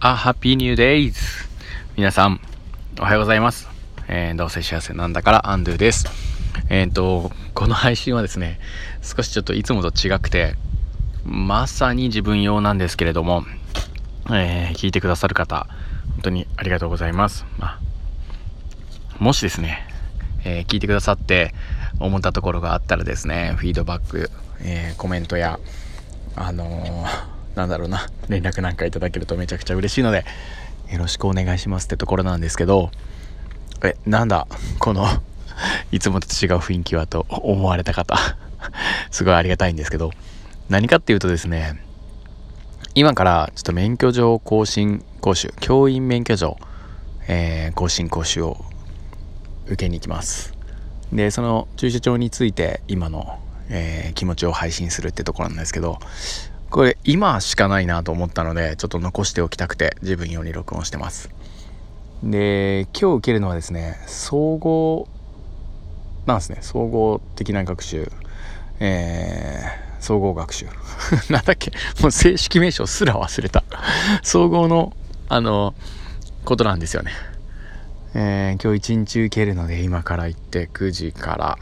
ハッピーニューデイズ。皆さんおはようございます。どうせ幸せなんだからアンドゥです。この配信はですね、少しちょっといつもと違くて、まさに自分用なんですけれども、聞いてくださる方本当にありがとうございます。もしですね、聞いてくださって思ったところがあったらですね、フィードバック、コメントや連絡なんかいただけるとめちゃくちゃ嬉しいのでよろしくお願いしますってところなんですけど、なんだこのいつもと違う雰囲気はと思われた方すごいありがたいんですけど、何かっていうとですね、今からちょっと免許状更新講習、教員免許状、更新講習を受けに行きます。でその駐車場について今の、気持ちを配信するってところなんですけど、これ今しかないなと思ったのでちょっと残しておきたくて自分用に録音してます。で今日受けるのはですね、総合なんですね。総合的な学習、総合学習なんだっけ、もう正式名称すら忘れた総合のことなんですよね。今日一日受けるので今から行って9時から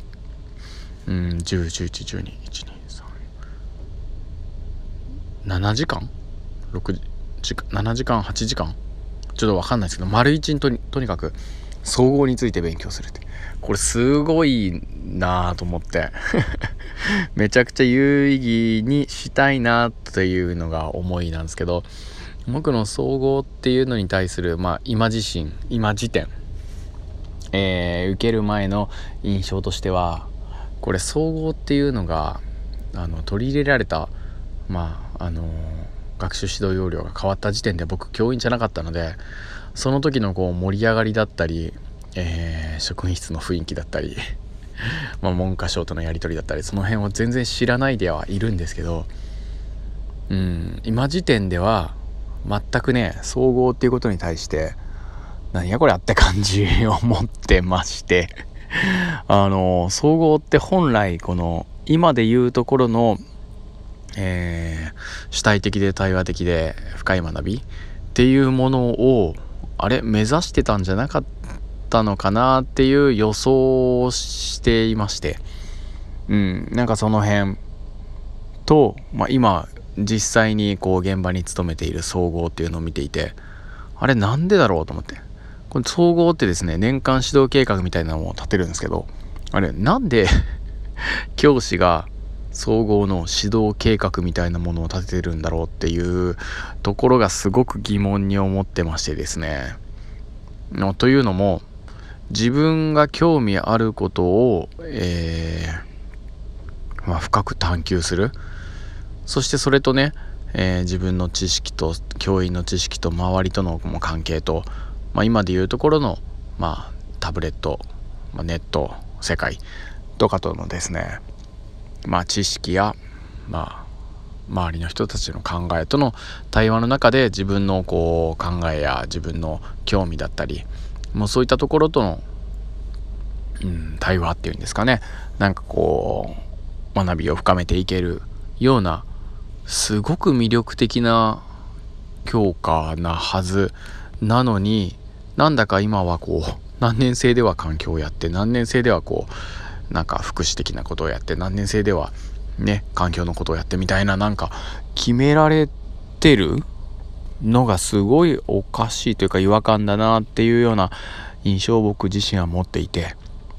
10、11、12、1、2、7時間6時間7時間8時間ちょっと分かんないですけど、丸1にとにかく総合について勉強するって、これすごいなと思ってめちゃくちゃ有意義にしたいなっていうのが思いなんですけど、僕の総合っていうのに対する、今時点、受ける前の印象としては、これ総合っていうのが取り入れられた学習指導要領が変わった時点で僕教員じゃなかったので、その時の盛り上がりだったり、職員室の雰囲気だったり文科省とのやり取りだったり、その辺を全然知らないではいるんですけど、今時点では全くね、総合っていうことに対して何やこれって感じを持ってまして総合って本来この今でいうところの主体的で対話的で深い学びっていうものを目指してたんじゃなかったのかなっていう予想をしていまして、なんかその辺と、今実際に現場に勤めている総合っていうのを見ていて、なんでだろうと思って、これ総合ってですね、年間指導計画みたいなのを立てるんですけど、なんで教師が総合の指導計画みたいなものを立ててるんだろうっていうところがすごく疑問に思ってましてですね。というのも、自分が興味あることを、深く探求する、そしてそれとね、自分の知識と教員の知識と周りとの関係と、今でいうところの、タブレット、ネット世界とかとのですね、知識や、周りの人たちの考えとの対話の中で自分の考えや自分の興味だったり、そういったところとの、対話っていうんですかね、学びを深めていけるようなすごく魅力的な教科なはずなのに、なんだか今は何年生では環境をやって、何年生では福祉的なことをやって、何年生ではね環境のことをやってみたいな、決められてるのがすごいおかしいというか違和感だなっていうような印象を僕自身は持っていて、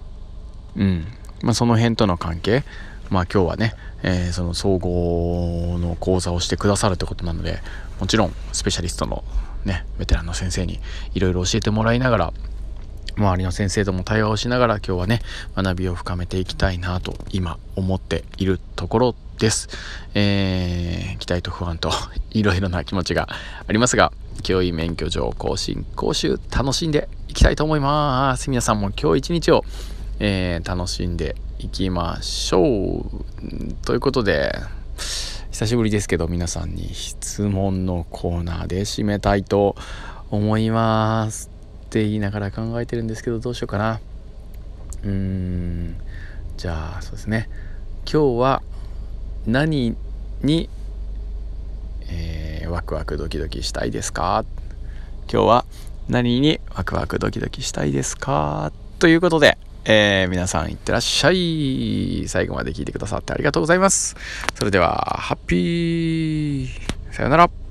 その辺との関係、今日はね、その総合の講座をしてくださるってことなので、もちろんスペシャリストのねベテランの先生にいろいろ教えてもらいながら、周りの先生とも対話をしながら今日はね学びを深めていきたいなと今思っているところです。期待と不安といろいろな気持ちがありますが、教員免許状更新講習楽しんでいきたいと思います。皆さんも今日一日を、楽しんでいきましょうということで、久しぶりですけど皆さんに質問のコーナーで締めたいと思いますって言いながら考えてるんですけど、どうしようかな。じゃあそうですね、今日は何に、 ワクワクドキドキしたいですか？今日は何にワクワクドキドキしたいですか？ということで、皆さんいってらっしゃい。最後まで聞いてくださってありがとうございます。それではハッピーさよなら。